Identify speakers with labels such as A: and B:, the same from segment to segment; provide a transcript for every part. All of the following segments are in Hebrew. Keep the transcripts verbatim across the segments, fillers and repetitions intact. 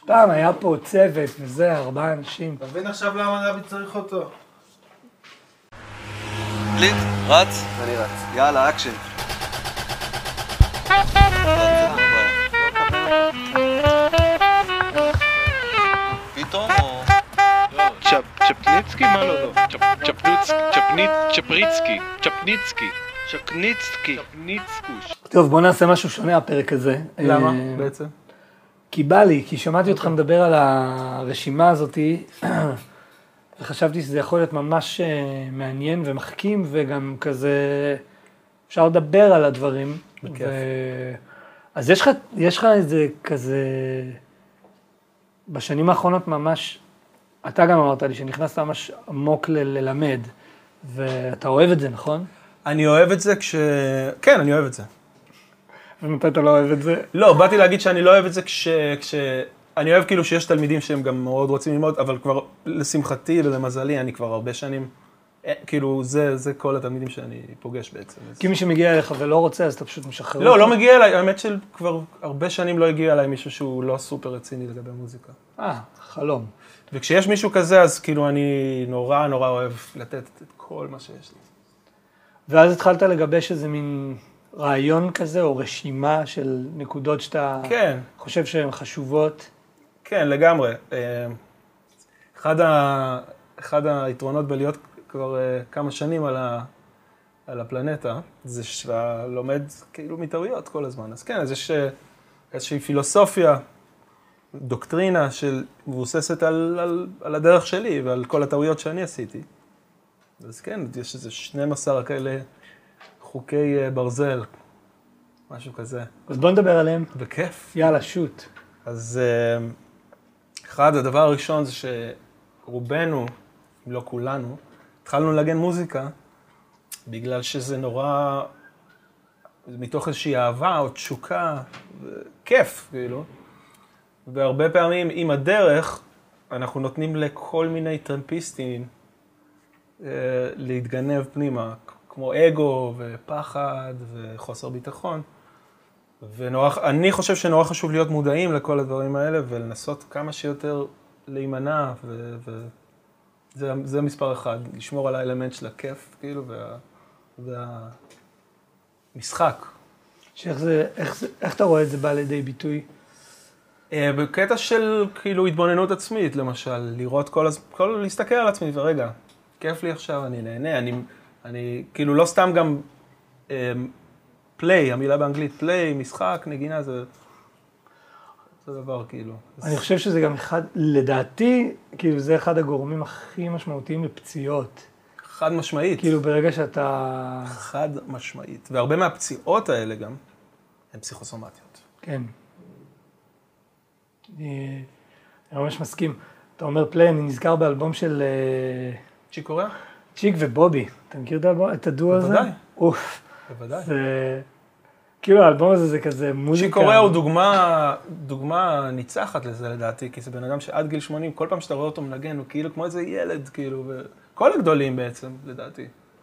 A: פעם היה פה צוות וזה, ארבעה אנשים.
B: אתה מבין עכשיו למה דוד צריך אותו?
C: קליט, רץ?
B: אני רץ.
C: יאללה, אקשן. פתאום או...
D: צ'פניצקי? מה לא לא? צ'פריצקי, צ'פניצקי, צ'קניצקי, צ'פניצקוש.
A: טוב, בוא נעשה משהו שונה הפרק הזה.
B: למה בעצם?
A: כי בא לי, כי שמעתי אותך מדבר על הרשימה הזאת, וחשבתי שזה יכול להיות ממש מעניין ומחכים, וגם כזה אפשר לדבר על הדברים.
B: בכיף.
A: אז יש לך, יש לך איזה כזה, בשנים האחרונות ממש, אתה גם אמרת לי שנכנסת ממש עמוק ל- ללמד, ואתה אוהב את זה, נכון?
B: אני אוהב את זה כש... כן, אני אוהב את זה.
A: ומתי אתה לא אוהב את זה?
B: לא, באתי להגיד שאני לא אוהב את זה כש... כש... אני אוהב כאילו שיש תלמידים שהם גם מאוד רוצים ללמוד, אבל כבר לשמחתי ולמזלי, אני כבר הרבה שנים, כאילו זה, זה כל התלמידים שאני פוגש בעצם.
A: כי מי שמגיע אליך ולא רוצה, אז אתה פשוט משחרר.
B: לא, לא מגיע אליי, האמת של כבר הרבה שנים לא הגיע אליי מישהו שהוא לא סופר רציני לגבי מוזיקה.
A: אה, חלום.
B: וכשיש מישהו כזה, אז כאילו אני נורא נורא אוהב לתת את כל מה שיש לי.
A: ואז התחלת לגבש איזה מין רעיון כזה, או רשימה של נקודות שאתה
B: כן.
A: חושב שהן חשובות.
B: כן, לגמרי. אחד, ה... אחד היתרונות בלהיות כבר כמה שנים על, ה... על הפלנטה, זה שאתה לומד כאילו מטעויות כל הזמן. אז כן, אז יש איזושהי פילוסופיה, דוקטרינה של מבוססת על, על, על הדרך שלי ועל כל הטעויות שאני עשיתי. אז כן, יש איזה שנים עשר כאלה חוקי ברזל, משהו כזה.
A: אז בוא נדבר עליהם.
B: בכיף.
A: יאללה, שוט.
B: אז אחד, הדבר הראשון זה שרובנו, אם לא כולנו, התחלנו לנגן מוזיקה, בגלל שזה נורא, מתוך איזושהי אהבה או תשוקה, כיף, כאילו. והרבה פעמים עם הדרך, אנחנו נותנים לכל מיני טרמפיסטים להתגנב פנימה, כמו אגו ופחד וחוסר ביטחון. ואני חושב שנורא חשוב להיות מודעים לכל הדברים האלה, ולנסות כמה שיותר להימנע, וזה זה מספר אחד, לשמור על האלמנט של הכיף, כאילו, וה, והמשחק.
A: שאיך זה, איך זה, איך אתה רואה את זה בא לידי ביטוי?
B: בקטע של, כאילו, התבוננות עצמית, למשל, לראות כל, כל, להסתכל על עצמי, ורגע, כיף לי עכשיו, אני נהנה, אני, אני, כאילו, לא סתם גם, פליי, המילה באנגלית, פליי, משחק, נגינה, זה, זה דבר, כאילו.
A: אני חושב שזה גם אחד, לדעתי, כאילו, זה אחד הגורמים הכי משמעותיים לפציעות.
B: חד משמעית.
A: כאילו, ברגע שאתה...
B: חד משמעית. והרבה מהפציעות האלה גם, הן פסיכוסומטיות.
A: כן. אני ממש מסכים. אתה אומר פליי, אני נזכר באלבום של...
B: צ'יק קוריאה?
A: צ'יק ובובי. אתה מכיר את הדו הזה?
B: בוודאי.
A: אוף.
B: בוודאי.
A: זה... כאילו, האלבום הזה זה כזה מוזיקה...
B: צ'יק קוריאה הוא דוגמה, דוגמה ניצחת לזה לדעתי, כי זה בן אדם שעד גיל שמונים, כל פעם שאתה רואה אותו מנגן, הוא כאילו כמו איזה ילד, כאילו, וכל הגדולים בעצם, לדעתי.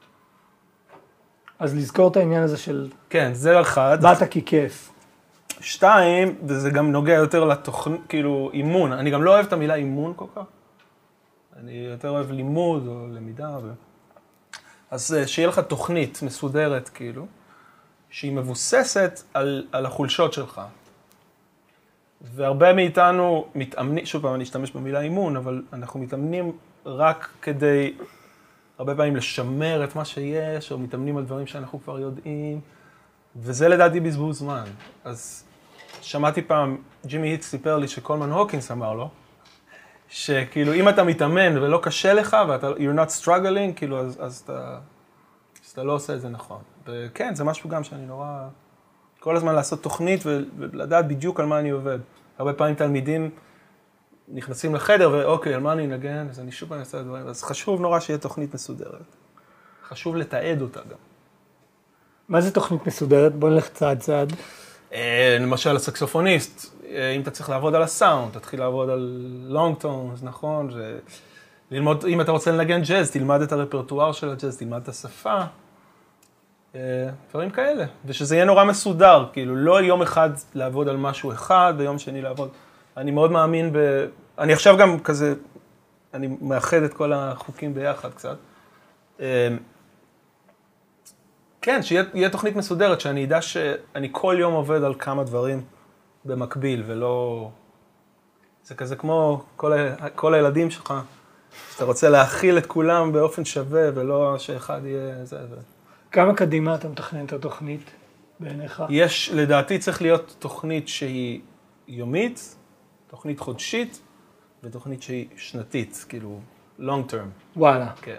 A: אז לזכור את העניין הזה של...
B: כן, זה אחד.
A: באת כי כיף.
B: שתיים, וזה גם נוגע יותר לתוכנית, כאילו, אימון. אני גם לא אוהב את המילה אימון כל כך. אני יותר אוהב לימוד או למידה. ו... אז שיהיה לך תוכנית מסודרת, כאילו, שהיא מבוססת על, על החולשות שלך. והרבה מאיתנו מתאמנים, שוב פעם, אני אשתמש במילה אימון, אבל אנחנו מתאמנים רק כדי, הרבה פעמים לשמר את מה שיש, או מתאמנים על דברים שאנחנו כבר יודעים, וזה לדעתי בזבוז זמן. אז שמעתי פעם, ג'ימי היט סיפר לי שקולמן הוקינס אמר לו, שכאילו אם אתה מתאמן ולא קשה לך, ואתה, you're not struggling, כאילו, אז, אז, אתה, אז אתה לא עושה את זה נכון. וכן, זה משהו גם שאני נורא, כל הזמן לעשות תוכנית ולדעת בדיוק על מה אני עובד. הרבה פעמים תלמידים נכנסים לחדר ואוקיי, על מה אני אנגן, אז אני שוב פעם אעשה את דברים. אז חשוב נורא שיהיה תוכנית מסודרת. חשוב לתעד אותה גם.
A: מה זה תוכנית מסודרת? בוא נלך צעד צעד.
B: למשל, הסקסופוניסט, אם אתה צריך לעבוד על הסאונד, תתחיל לעבוד על לונג טונס, נכון? ללמוד, אם אתה רוצה לנגן ג'אז, תלמד את הרפרטואר של הג'אז, תלמד את השפה, דברים כאלה. ושזה יהיה נורא מסודר, כאילו, לא יום אחד לעבוד על משהו אחד, ויום שני לעבוד. אני מאוד מאמין ב... אני עכשיו גם כזה, אני מאחד את כל החוקים ביחד קצת. כן, שיהיה תוכנית מסודרת, שאני אדע שאני כל יום עובד על כמה דברים במקביל, ולא... זה כזה כמו כל, ה... כל הילדים שלך, שאתה רוצה להכיל את כולם באופן שווה, ולא שאחד יהיה זה ו...
A: כמה קדימה אתה מתכנן את התוכנית בעיניך?
B: יש, לדעתי צריך להיות תוכנית שהיא יומית, תוכנית חודשית, ותוכנית שהיא שנתית, כאילו, long term.
A: וואלה.
B: כן.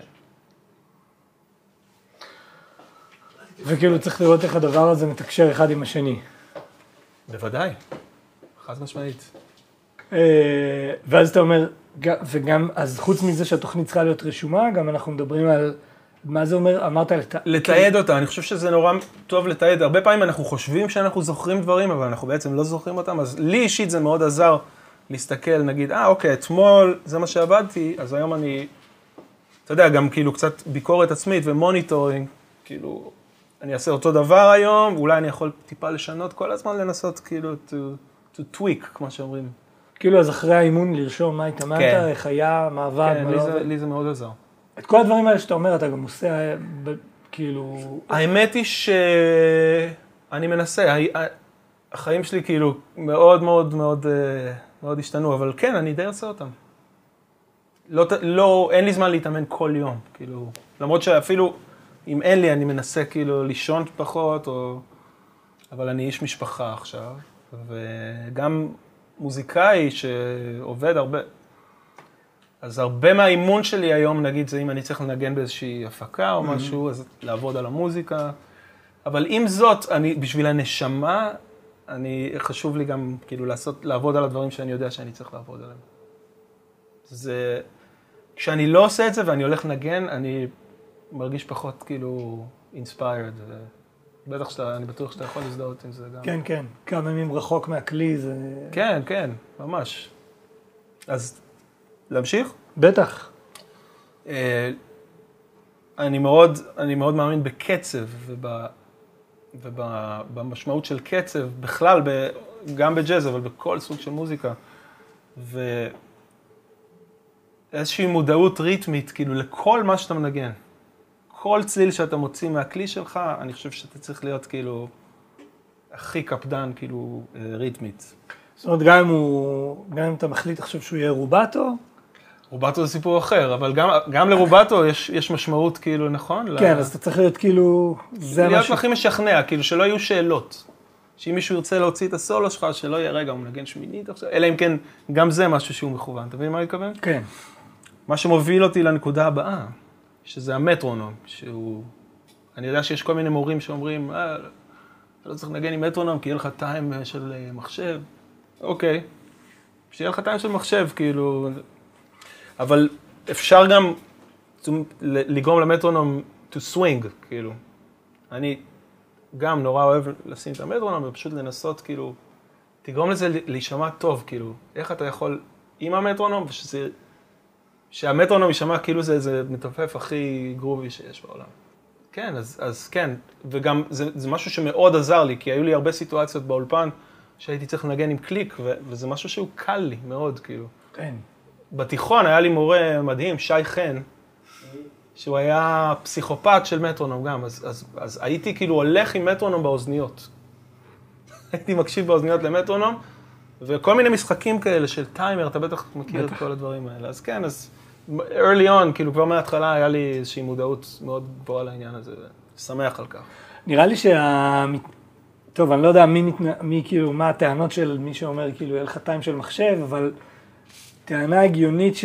A: וכאילו צריך לראות איך הדבר הזה מתקשר אחד עם השני.
B: בוודאי, חד משמעית.
A: ואז אתה אומר, וגם, אז חוץ מזה שהתוכנית צריכה להיות רשומה, גם אנחנו מדברים על, מה זה אומר, אמרת לת...
B: לתעד אותה, אני חושב שזה נורא טוב לתעד. הרבה פעמים אנחנו חושבים שאנחנו זוכרים דברים, אבל אנחנו בעצם לא זוכרים אותם, אז לי אישית זה מאוד עזר להסתכל, נגיד, אה, אוקיי, אתמול זה מה שעבדתי, אז היום אני, אתה יודע, גם כאילו קצת ביקורת עצמית ומוניטורינג, כאילו, אני אעשה אותו דבר היום, אולי אני יכול טיפה לשנות, כל הזמן לנסות כאילו to, to tweak, כמו שאומרים.
A: כאילו, אז אחרי האימון לרשום מה התאמנת,
B: כן.
A: איך היה, מה עבד,
B: כן,
A: מה
B: לי
A: לא
B: זה,
A: עבד.
B: לי זה מאוד עזר.
A: את כל הדברים האלה שאתה אומר, אתה גם עושה, ב- כאילו...
B: האמת היא שאני מנסה, ה- החיים שלי כאילו מאוד מאוד מאוד מאוד השתנו, אבל כן, אני די עושה אותם. לא, לא, אין לי זמן להתאמן כל יום, כאילו, למרות שאפילו אם אין לי, אני מנסה כאילו לישון פחות, או... אבל אני איש משפחה עכשיו, וגם מוזיקאי שעובד הרבה. אז הרבה מהאימון שלי היום, נגיד, זה אם אני צריך לנגן באיזושהי הפקה או משהו, אז לעבוד על המוזיקה. אבל עם זאת, אני, בשביל הנשמה, אני, חשוב לי גם כאילו לעשות, לעבוד על הדברים שאני יודע שאני צריך לעבוד עליהם. זה, כשאני לא עושה את זה ואני הולך לנגן, אני מרגיש פחות כאילו inspired. בטח שאתה, אני בטוח שאתה יכול להזדהות עם זה גם.
A: כן, כן. כמה ימים רחוק מהכלי זה...
B: כן, כן, ממש. אז להמשיך?
A: בטח.
B: אני מאוד, אני מאוד מאמין בקצב וב, ובמשמעות של קצב, בכלל, ב, גם בג'אז, אבל בכל סוג של מוזיקה. ואיזושהי מודעות ריתמית, כאילו, לכל מה שאתה מנגן. כל צליל שאתה מוציא מהכלי שלך, אני חושב שאתה צריך להיות, כאילו, הכי קפדן, כאילו, ריתמית.
A: זאת אומרת, גם אם הוא, גם אם אתה מחליט עכשיו שהוא יהיה רובטו,
B: רובטו זה סיפור אחר, אבל גם, גם לרובטו יש, יש משמעות, כאילו, נכון?
A: כן, אז אתה צריך להיות כאילו, זה
B: להיות
A: משהו.
B: הכי משכנע, כאילו, שלא יהיו שאלות. שאם מישהו ירצה להוציא את הסולו שלך, שלא יהיה רגע, הוא מנגן שמינית עכשיו, אלא אם כן, גם זה משהו שהוא מכוון. אתה מבין מה אני מתכוון?
A: כן.
B: מה שמוביל אותי לנקודה הבאה, שזה המטרונום, שהוא... אני יודע שיש כל מיני מורים שאומרים, אה, אתה לא צריך לנגן עם מטרונום, כי יהיה לך טיים של מחשב. אוקיי. שיהיה לך טיים של מחשב, כאילו... אבל אפשר גם לגרום למטרונום to swing, כאילו. אני גם נורא אוהב לשים את המטרונום ופשוט לנסות, כאילו, תגרום לזה להישמע טוב, כאילו. איך אתה יכול עם המטרונום, ושזה, שהמטרונום יישמע כאילו זה איזה מתופף הכי גרובי שיש בעולם. כן, אז, אז כן. וגם זה, זה משהו שמאוד עזר לי, כי היו לי הרבה סיטואציות באולפן שהייתי צריך לנגן עם קליק, ו, וזה משהו שהוא קל לי מאוד, כאילו.
A: כן.
B: בתיכון היה לי מורה מדהים, שי חן, שהוא היה פסיכופת של מטרונום גם, אז, אז, אז הייתי כאילו הולך עם מטרונום באוזניות. הייתי מקשיב באוזניות למטרונום, וכל מיני משחקים כאלה של טיימר, אתה בטח מכיר בטח. את כל הדברים האלה. אז כן, אז early on, כאילו כבר מההתחלה היה לי איזושהי מודעות מאוד גבוהה לעניין הזה, ושמח על כך.
A: נראה לי שה... טוב, אני לא יודע מי, מתנ... מי כאילו, מה הטענות של מי שאומר כאילו, יהיה לך טיים של מחשב, אבל טענה הגיונית ש...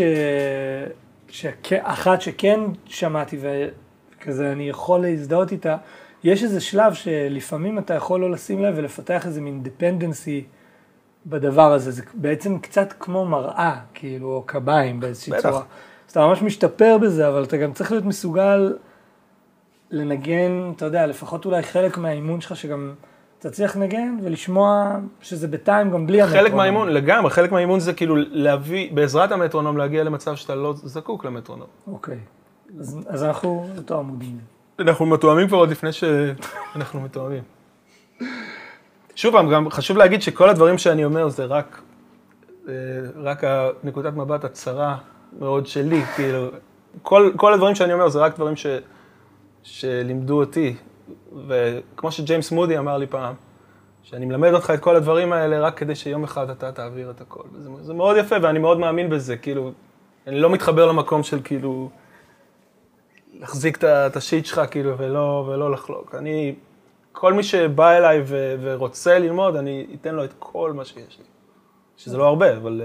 A: שאחת שכן שמעתי וכזה אני יכול להזדהות איתה, יש איזה שלב שלפעמים אתה יכול לא לשים לב ולפתח איזה מין dependency בדבר הזה. זה בעצם קצת כמו מראה, כאילו, או קביים באיזושהי
B: בטח.
A: צורה. אז אתה ממש משתפר בזה, אבל אתה גם צריך להיות מסוגל לנגן, אתה יודע, לפחות אולי חלק מהאימון שלך שגם תצליח לנגן ולשמוע שזה בטיים גם בלי המטרונום.
B: חלק מהאימון, לגמרי, חלק מהאימון זה כאילו להביא, בעזרת המטרונום להגיע למצב שאתה לא זקוק למטרונום.
A: אוקיי. אז, אז אנחנו אותו עמודים.
B: אנחנו מתואמים כבר עוד לפני שאנחנו מתואמים. שוב פעם, גם חשוב להגיד שכל הדברים שאני אומר זה רק רק הנקודת מבט הצרה מאוד שלי, כאילו, כל, כל הדברים שאני אומר זה רק דברים ש, שלימדו אותי, וכמו שג'יימס מודי אמר לי פעם, שאני מלמד אותך את כל הדברים האלה רק כדי שיום אחד אתה תעביר את הכל. זה, זה מאוד יפה ואני מאוד מאמין בזה, כאילו, אני לא מתחבר למקום של כאילו, להחזיק את השיט שלך כאילו ולא, ולא לחלוק. אני, כל מי שבא אליי ו, ורוצה ללמוד, אני אתן לו את כל מה שיש לי. שזה לא הרבה, אבל...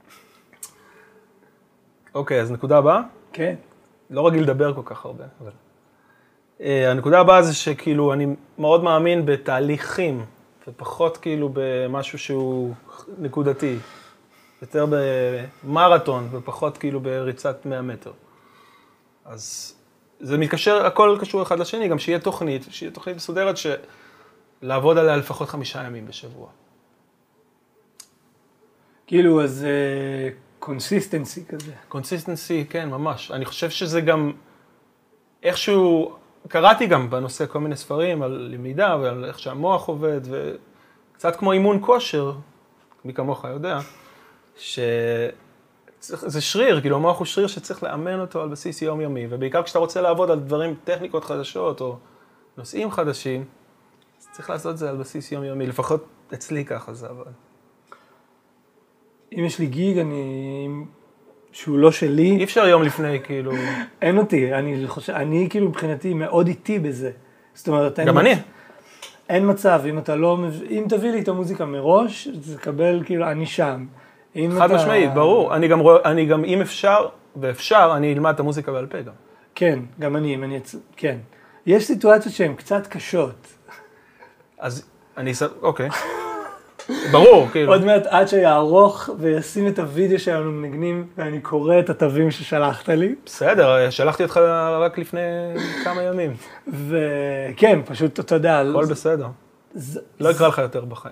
B: אוקיי, אז נקודה הבאה?
A: כן.
B: לא רגיל לדבר כל כך הרבה, אבל... הנקודה הבאה זה שכאילו אני מאוד מאמין בתהליכים, ופחות כאילו במשהו שהוא נקודתי. יותר במרתון, ופחות כאילו בריצת מאה מטר. אז זה מתקשר, הכל קשור אחד לשני, גם שיהיה תוכנית, שיהיה תוכנית מסודרת שלעבוד עליה לפחות חמישה ימים בשבוע.
A: כאילו, אז קונסיסטנסי כזה.
B: קונסיסטנסי, כן, ממש. אני חושב שזה גם איכשהו, קראתי גם בנושא כל מיני ספרים על למידה ועל איך שהמוח עובד, וקצת כמו אימון כושר, מי כמוך יודע, שזה שריר, כאילו המוח הוא שריר שצריך לאמן אותו על בסיס יומיומי, ובעיקר כשאתה רוצה לעבוד על דברים, טכניקות חדשות או נושאים חדשים, אז צריך לעשות את זה על בסיס יומיומי, לפחות אצלי ככה זה אבל.
A: אם יש לי גיג, אני... שהוא לא שלי...
B: אי אפשר יום לפני, כאילו...
A: אין אותי, אני חושב, אני כאילו מבחינתי מאוד איטי בזה. זאת אומרת,
B: גם אני.
A: אין מצב, אם אתה לא... אם תביא לי את המוזיקה מראש, זה תקבל כאילו, אני שם.
B: חד משמעית, ברור. אני גם רואה, אני גם, אם אפשר, ואפשר, אני אלמד את המוזיקה בעל פה גם.
A: כן, גם אני, אם אני... כן. יש סיטואציות שהן קצת קשות.
B: אז אני... אוקיי. ברור, כאילו.
A: עוד מעט עד שיערוך וישים את הוידאו שלנו מנגנים, ואני קורא את התווים ששלחת לי.
B: בסדר, שלחתי אותך רק לפני כמה ימים.
A: וכן, פשוט, אתה יודע...
B: הכל בסדר. לא יקרא לך יותר בחיים.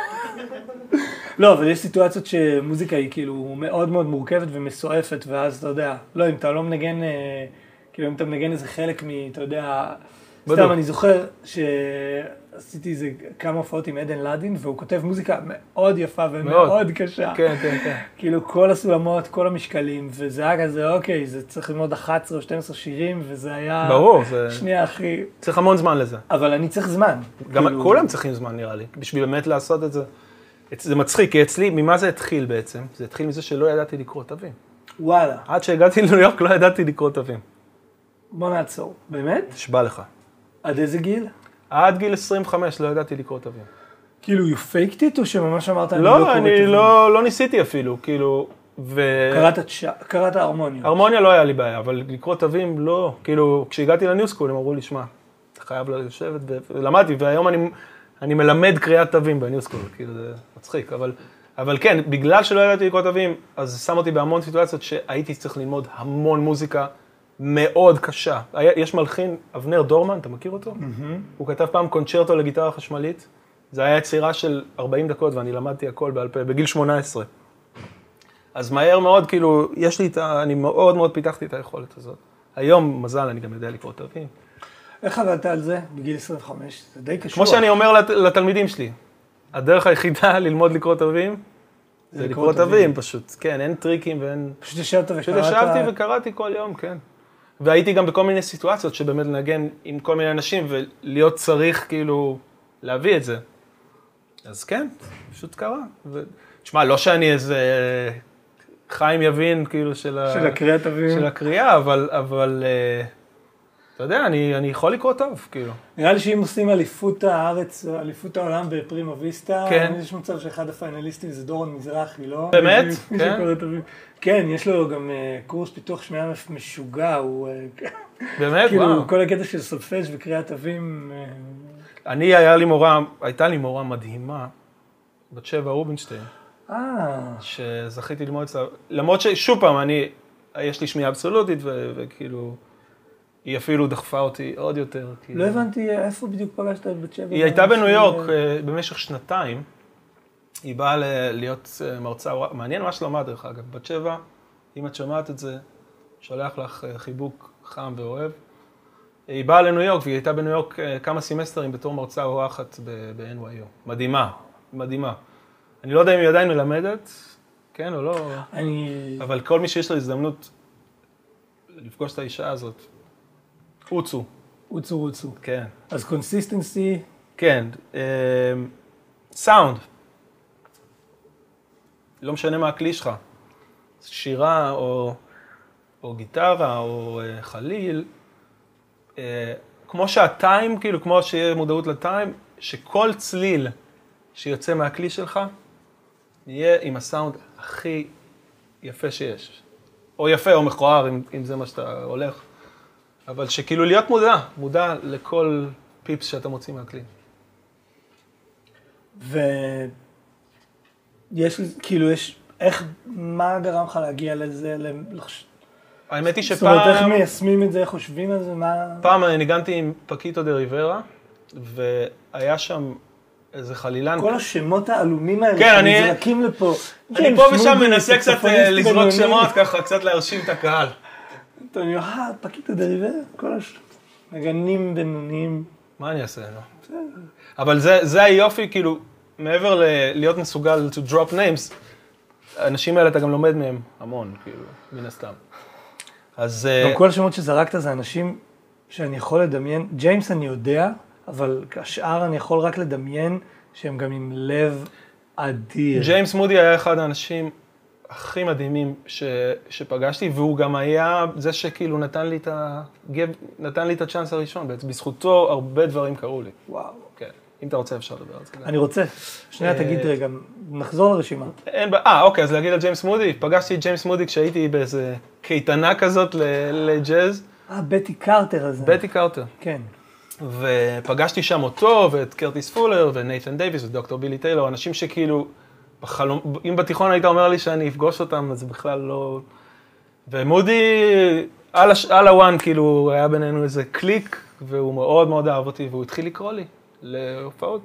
A: לא, אבל יש סיטואציות שמוזיקה היא כאילו מאוד מאוד מורכבת ומסועפת, ואז אתה יודע, לא, אם אתה לא מנגן, כאילו אם אתה מנגן איזה חלק מ... אתה יודע... סתם, אני זוכר שעשיתי איזה כמה הופעות עם עדן לדין, והוא כותב מוזיקה מאוד יפה ומאוד קשה.
B: כן, כן, כן.
A: כאילו כל הסולמות, כל המשקלים, וזה היה כזה, אוקיי, זה צריך ללמוד אחת עשרה או שתים עשרה שירים, וזה היה...
B: ברור, זה...
A: שנייה, אחי.
B: צריך המון זמן לזה.
A: אבל אני צריך זמן.
B: גם כולם צריכים זמן, נראה לי, בשביל באמת לעשות את זה. זה מצחיק, כי אצלי, ממה זה התחיל בעצם? זה התחיל מזה שלא ידעתי לקרוא תווים.
A: וואלה.
B: עד שהגעתי לניו יורק לא ידעתי לקרוא תווים.
A: בוא נעצור. באמת?
B: נשבע לך.
A: עד איזה גיל?
B: עד גיל עשרים וחמש לא ידעתי לקרוא תווים.
A: כאילו, you faked it, או שממש אמרת, אני לא
B: לא,
A: קורא תווים?
B: אני לא, לא ניסיתי אפילו, כאילו, ו...
A: קראת, קראת הרמוניה.
B: הרמוניה לא היה לי בעיה, אבל לקרוא תווים לא, כאילו, כשהגעתי לניו סקול הם אמרו לי, שמע, אתה חייב לשבת, ולמדתי, והיום אני, אני מלמד קריאת תווים בניו סקול, כאילו, זה מצחיק, אבל, אבל כן, בגלל שלא ידעתי לקרוא תווים, אז זה שם אותי בהמון סיטואציות שהייתי צריך ללמוד המון מוזיקה, מאוד קשה. יש מלחין, אבנר דורמן, אתה מכיר אותו? Mm-hmm. הוא כתב פעם קונצ'רטו לגיטרה חשמלית. זה היה יצירה של ארבעים דקות, ואני למדתי הכל בעל פה, בגיל שמונה עשרה. אז מהר מאוד, כאילו, יש לי את ה... אני מאוד מאוד פיתחתי את היכולת הזאת. היום, מזל, אני גם יודע לקרוא תווים.
A: איך עבדת על זה בגיל עשרים וחמש? זה די קשור.
B: כמו שאני אומר לת... לתלמידים שלי, הדרך היחידה ללמוד לקרוא תווים, זה, זה לקרוא תווים פשוט. כן, אין טריקים ואין...
A: פשוט ישבת וקראת...
B: פשוט ישבתי וקראתי כל יום, כן. והייתי גם בכל מיני סיטואציות שבאמת לנגן עם כל מיני אנשים ולהיות צריך כאילו להביא את זה. אז כן, פשוט קרה. תשמע, לא שאני איזה חיים יבין כאילו של ה...
A: של הקריאה תווים.
B: של הקריאה, אבל, אבל אתה יודע, אני, אני יכול לקרוא טוב, כאילו.
A: נראה לי שאם עושים אליפות הארץ, אליפות העולם בפרימה ויסטה,
B: כן.
A: יש מצב שאחד הפיינליסטים זה דורון מזרחי, לא?
B: באמת? כן.
A: כן, יש לו גם קורס פיתוח שמיעה משוגע, הוא...
B: באמת?
A: כאילו,
B: וואו.
A: כל הקטע של סולפג' וקריאת תווים...
B: אני, היה לי מורה, הייתה לי מורה מדהימה, בת שבע רובינשטיין.
A: אה.
B: שזכיתי ללמוד אצלה, למרות ששוב פעם, אני, יש לי שמיעה אבסולוטית, ו- וכאילו, היא אפילו דחפה אותי עוד יותר. כאילו.
A: לא הבנתי איפה בדיוק פגשת את בת שבע.
B: היא הייתה בניו יורק במשך שנתיים, היא באה להיות מרצה, מעניין מה שלמה דרך אגב, בת שבע, אם את שומעת את זה, שולח לך חיבוק חם ואוהב. היא באה לניו יורק, והיא הייתה בניו יורק כמה סמסטרים בתור מרצה אורחת ב-אן וואי יו. מדהימה, מדהימה. אני לא יודע אם היא עדיין מלמדת, כן או לא?
A: אני...
B: אבל כל מי שיש לו הזדמנות לפגוש את האישה הזאת, רוצו.
A: רוצו רוצו.
B: כן.
A: אז קונסיסטנסי...
B: כן. סאונד. לא משנה מה הכלי שלך. שירה או, או גיטרה או uh, חליל. Uh, כמו שהטיים, כאילו, כמו שיהיה מודעות לטיים, שכל צליל שיוצא מהכלי שלך, יהיה עם הסאונד הכי יפה שיש. או יפה או מכוער, אם, אם זה מה שאתה הולך. אבל שכאילו להיות מודע, מודע לכל פיפס שאתה מוציא מהכלי.
A: ויש, כאילו, יש, איך, מה גרם לך להגיע לזה? לחש...
B: האמת היא שפעם...
A: זאת אומרת, איך מיישמים את זה, חושבים על זה, מה...
B: פעם ניגנתי עם פקיטו דה ריברה, והיה שם איזה חלילן.
A: כל השמות העלומים האלה,
B: כן, אני...
A: שנזרקים לפה.
B: אני פה ושם מנסה קצת לזרוק שמות, ככה קצת להרשים את הקהל.
A: אני אומר, אה, פקיטו דה ריברה, כל הש... נגנים בינוניים.
B: מה אני אעשה, לא? אבל זה, זה היופי, כאילו, מעבר ל- להיות מסוגל to drop names, האנשים האלה אתה גם לומד מהם המון, כאילו, מן הסתם. אז...
A: גם כל השמות שזרקת זה אנשים שאני יכול לדמיין, ג'יימס אני יודע, אבל השאר אני יכול רק לדמיין שהם גם עם לב אדיר.
B: ג'יימס מודי היה אחד האנשים הכי מדהימים ש, שפגשתי, והוא גם היה זה שכאילו נתן לי את ה... נתן לי את הצ'אנס הראשון, בעצם בזכותו הרבה דברים קרו לי.
A: וואו.
B: כן, אם אתה רוצה אפשר לדבר על זה.
A: אני רוצה. שנייה תגיד רגע, נחזור לרשימה.
B: אין בעיה, אה, אוקיי, אז להגיד על ג'יימס מודי, פגשתי את ג'יימס מודי כשהייתי באיזה קייטנה כזאת לג'אז.
A: אה, בטי קרטר הזה.
B: בטי קרטר.
A: כן.
B: ופגשתי שם אותו, ואת קרטיס פולר, ונייתן דייביס, ודוקטור בילי טיילור, אנשים שכאילו, בחלום, אם בתיכון היית אומר לי שאני אפגוש אותם, אז בכלל לא... ומודי, על, הש... על הוואן, כאילו, היה בינינו איזה קליק, והוא מאוד מאוד אהב אותי, והוא התחיל לקרוא לי להופעות.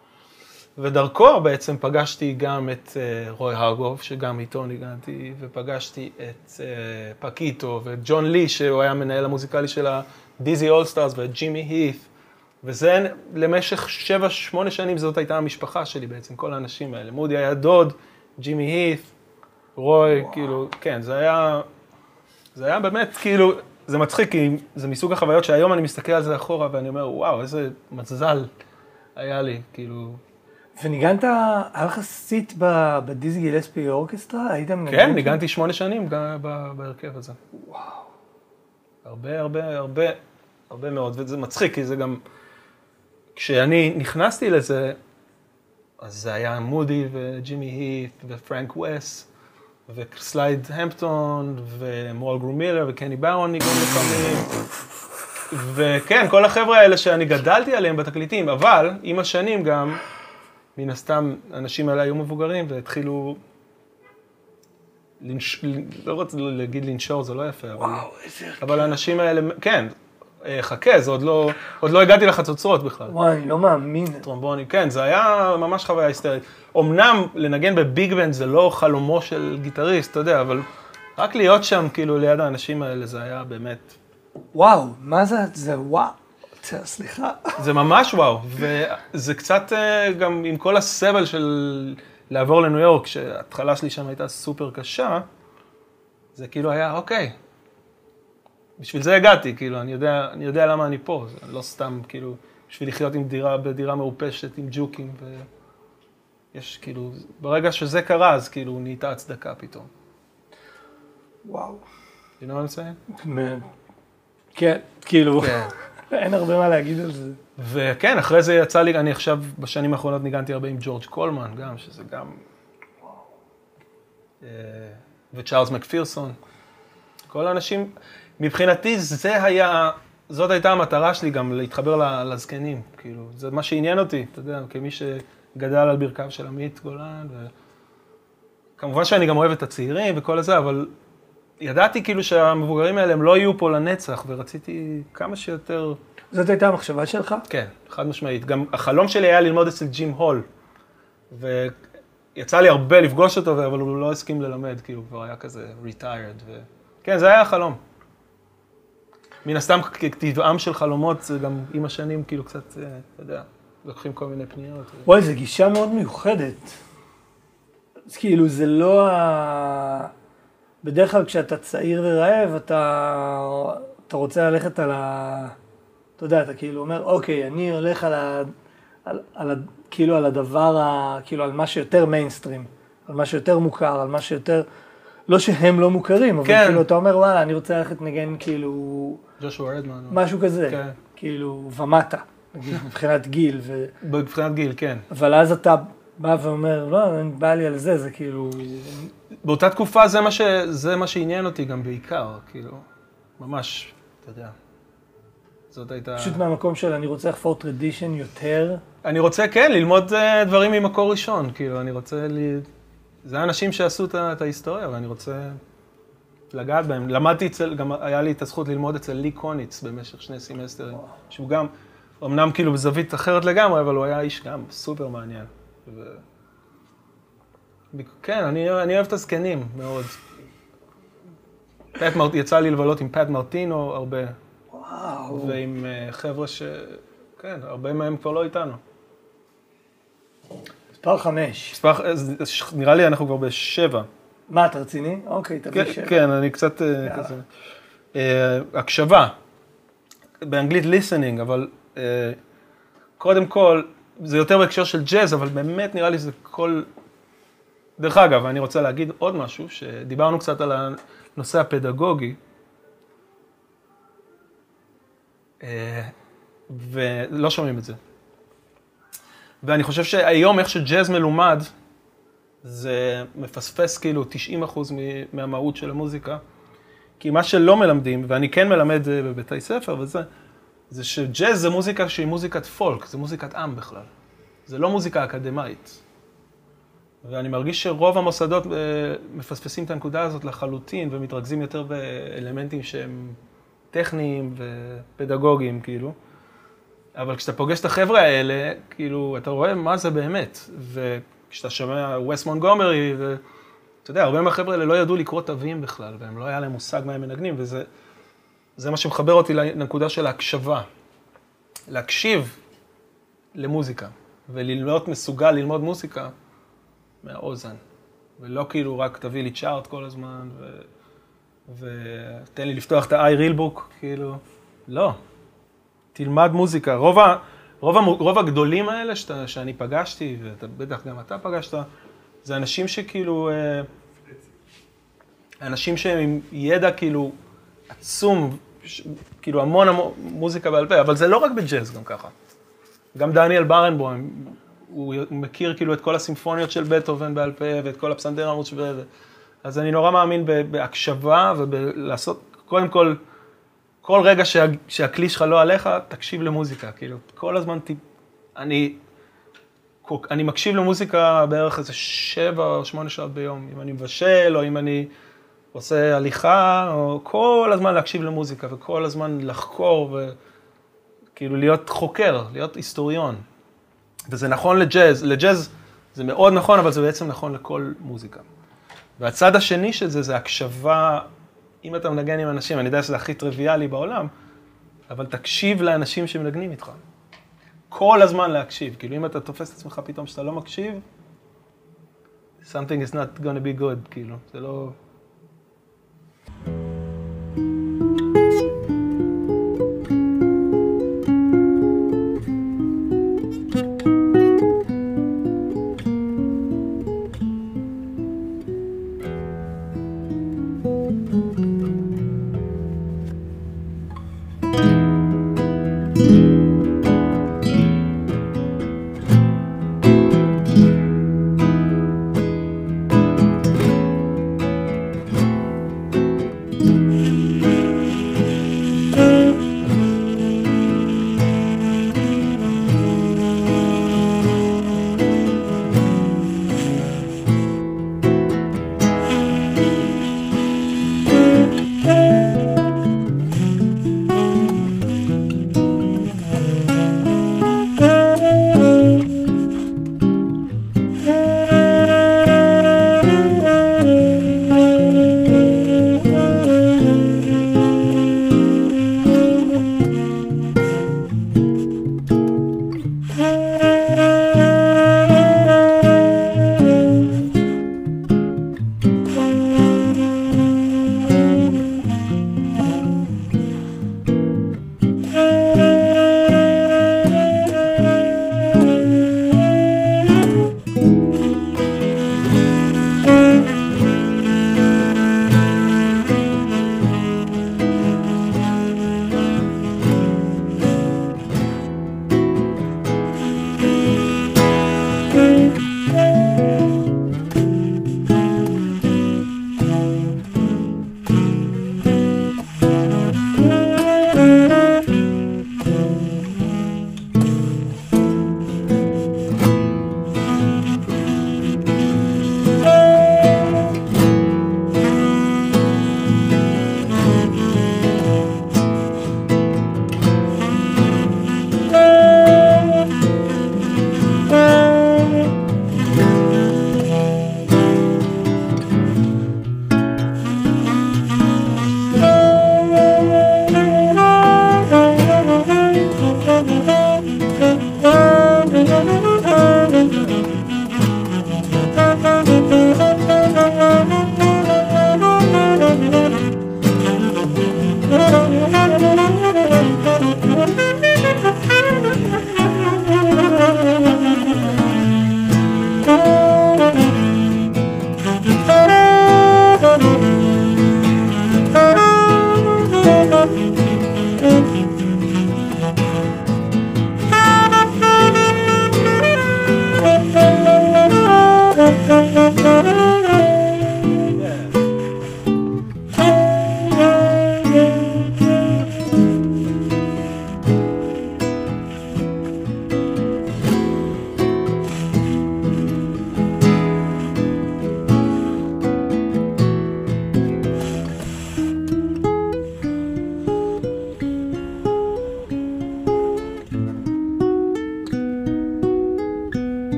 B: ודרכו בעצם פגשתי גם את uh, רוי הרגוב, שגם איתו ניגנתי, ופגשתי את uh, פקיטו, ואת ג'ון לי, שהוא היה מנהל המוזיקלי של הדיזי אולסטארס, ואת ג'ימי הית', וזה למשך שבע, שמונה שנים זאת הייתה המשפחה שלי בעצם, כל האנשים האלה. מודי היה דוד, ג'ימי הית', רוי, וואו. כאילו, כן, זה היה, זה היה באמת, כאילו, זה מצחיק, כי זה מסוג החוויות שהיום אני מסתכל על זה אחורה, ואני אומר, וואו, איזה מזל היה לי, כאילו...
A: וניגנת, היה לך סיט בדיזי גילספי אורקסטרה? היית מנגן?
B: כן, ניגנתי שמונה שנים בהרכב הזה.
A: וואו.
B: הרבה, הרבה, הרבה, הרבה מאוד, וזה מצחיק, כי זה גם... כשאני נכנסתי לזה, אז זה היה מודי וג'ימי הית' ופרנק וס, וסלייד המפטון, ומורל גרומילר, וקני בארון ניגון לפעמים. וכן, כל החבר'ה האלה שאני גדלתי עליהם בתקליטים, אבל עם השנים גם, מן הסתם, האנשים האלה היו מבוגרים והתחילו... לנש... לא רוצה להגיד לנשור, זה לא יפה, אבל...
A: וואו, איזה...
B: אבל האנשים האלה, כן, חכה, זה עוד לא, עוד לא הגעתי לחצוצרות בכלל.
A: וואי, אני לא מאמין.
B: טרומבוני, כן, זה היה ממש חוויה היסטרית. אמנם לנגן בביג בנד זה לא חלומו של גיטריסט, אתה יודע, אבל רק להיות שם, כאילו, ליד האנשים האלה, זה היה באמת...
A: וואו, מה זה? זה וואו. סליחה.
B: זה ממש וואו, וזה קצת גם עם כל הסבל של לעבור לניו יורק, שההתחלה שלי שם הייתה סופר קשה, זה כאילו היה, אוקיי, בשביל זה הגעתי, כאילו, אני יודע, אני יודע למה אני פה, זה לא סתם, כאילו, בשביל לחיות עם דירה, בדירה מעופשת, עם ג'וקים, ויש, כאילו, ברגע שזה קרה, אז כאילו, נהייתה הצדקה פתאום.
A: וואו.
B: You know what I'm saying?
A: כן, כאילו,
B: כן.
A: אין הרבה מה להגיד על זה.
B: וכן, אחרי זה יצא לי, אני עכשיו, בשנים האחרונות ניגנתי הרבה עם ג'ורג' קולמן, גם, שזה גם... וצ'ארלס מקפירסון. כל האנשים, מבחינתי זה היה, זאת הייתה המטרה שלי גם להתחבר לזקנים, כאילו, זה מה שעניין אותי, אתה יודע, כמי שגדל על ברכיו של עמית גולן, וכמובן שאני גם אוהב את הצעירים וכל זה, אבל ידעתי כאילו שהמבוגרים האלה הם לא יהיו פה לנצח, ורציתי כמה שיותר...
A: זאת הייתה המחשבה שלך?
B: כן, חד משמעית. גם החלום שלי היה ללמוד אצל ג'ים הול, ויצא לי הרבה לפגוש אותו, אבל הוא לא הסכים ללמד, כאילו כבר היה כזה retired, ו... כן, זה היה החלום. מן הסתם, כטבעם של חלומות, זה גם עם השנים, כאילו קצת, אתה יודע, לוקחים כל מיני פניות.
A: וואי, זו גישה מאוד מיוחדת. אז כאילו זה לא ה... בדרך כלל כשאתה צעיר ורעב, אתה, אתה רוצה ללכת על ה... אתה יודע, אתה כאילו אומר, אוקיי, אני הולך על ה... על, על, כאילו על הדבר, ה, כאילו על מה שיותר מיינסטרים, על מה שיותר מוכר, על מה שיותר... לא שהם לא מוכרים, אבל
B: כן.
A: כאילו אתה אומר, וואלה, אני רוצה ללכת נגן כאילו...
B: ג'ושוע רדמן.
A: משהו כזה,
B: כן.
A: כאילו, ומטה, נגיד, מבחינת גיל. ו...
B: מבחינת גיל, כן.
A: אבל אז אתה בא ואומר, לא, אני בא לי על זה, זה כאילו...
B: באותה תקופה זה מה, ש... זה מה שעניין אותי גם בעיקר, כאילו, ממש, אתה יודע. זאת הייתה...
A: פשוט מהמקום של אני רוצה לחפור טרדישן יותר.
B: אני רוצה, כן, ללמוד uh, דברים ממקור ראשון, כאילו, אני רוצה ל... זה האנשים שעשו את ההיסטוריה, ואני רוצה לגעת בהם. למדתי אצל, גם היה לי את הזכות ללמוד אצל לי קוניץ במשך שני סמסטרים, שהוא גם, אמנם כאילו בזווית אחרת לגמרי, אבל הוא היה איש גם סופר מעניין. ו... כן, אני, אני אוהב את הזקנים מאוד. פט מרט... יצא לי לבלות עם פט מרטינו הרבה.
A: וואו.
B: ועם uh, חבר'ה ש... כן, הרבה מהם כבר לא איתנו.
A: מספר חמש.
B: מספר, נראה לי אנחנו כבר בשבע.
A: מה, אתה רציני? אוקיי, תביא
B: כן,
A: שבע.
B: כן, אני קצת uh, כזה. Uh, הקשבה. באנגלית listening, אבל uh, קודם כל, זה יותר בהקשר של ג'אז, אבל באמת נראה לי שזה כל... דרך אגב, אני רוצה להגיד עוד משהו, שדיברנו קצת על הנושא הפדגוגי, ולא שומעים את זה. ואני חושב שהיום איך שג'אז מלומד, זה מפספס כאילו תשעים אחוז מהמהות של המוזיקה, כי מה שלא מלמדים, ואני כן מלמד בבתי ספר וזה, זה שג'אז זה מוזיקה שהיא מוזיקת פולק, זה מוזיקת עם בכלל. זה לא מוזיקה אקדמאית. ואני מרגיש שרוב המוסדות מפספסים את הנקודה הזאת לחלוטין, ומתרכזים יותר באלמנטים שהם טכניים ופדגוגיים, כאילו. אבל כשאתה פוגש את החבר'ה האלה, כאילו, אתה רואה מה זה באמת. וכשאתה שומע וס מונטגומרי, ואתה יודע, הרבה מהחבר'ה האלה לא ידעו לקרוא תווים בכלל, והם לא היה להם מושג מה הם מנגנים, וזה זה מה שמחבר אותי לנקודה של ההקשבה. להקשיב למוזיקה, ולהיות מסוגל ללמוד מוזיקה מהאוזן. ולא כאילו רק תביא לי צ'ארט כל הזמן, ו... ותן לי לפתוח את ה-iReal Book, כאילו, לא. תלמד מוזיקה. רוב, ה... רוב, ה... רוב הגדולים האלה שאתה... שאני פגשתי, ובטח גם אתה פגשת, זה אנשים שכאילו, אנשים שהם עם ידע כאילו עצום, כאילו המון המון מוזיקה בעל פה, אבל זה לא רק בג'אז גם ככה. גם דניאל ברנבוים, הוא מכיר כאילו את כל הסימפוניות של בטהובן בעל פה, ואת כל הפסנתר המושווה. אז אני נורא מאמין בהקשבה ובלעשות, קודם כל, כל רגע שה, שהכלי שלך לא עליך, תקשיב למוזיקה. כאילו, כל הזמן, אני, אני מקשיב למוזיקה בערך איזה שבע או שמונה שעות ביום. אם אני מבשל, או אם אני עושה הליכה, או כל הזמן להקשיב למוזיקה, וכל הזמן לחקור, וכאילו להיות חוקר, להיות היסטוריון. וזה נכון לג'אז. לג'אז זה מאוד נכון, אבל זה בעצם נכון לכל מוזיקה. והצד השני של זה, זה הקשבה, אם אתה מנגן עם אנשים, אני יודע שזה הכי טריוויאלי בעולם, אבל תקשיב לאנשים שמנגנים איתך. כל הזמן להקשיב. כאילו, אם אתה תופס את עצמך פתאום שאתה לא מקשיב, something is not going to be good, כאילו, זה לא...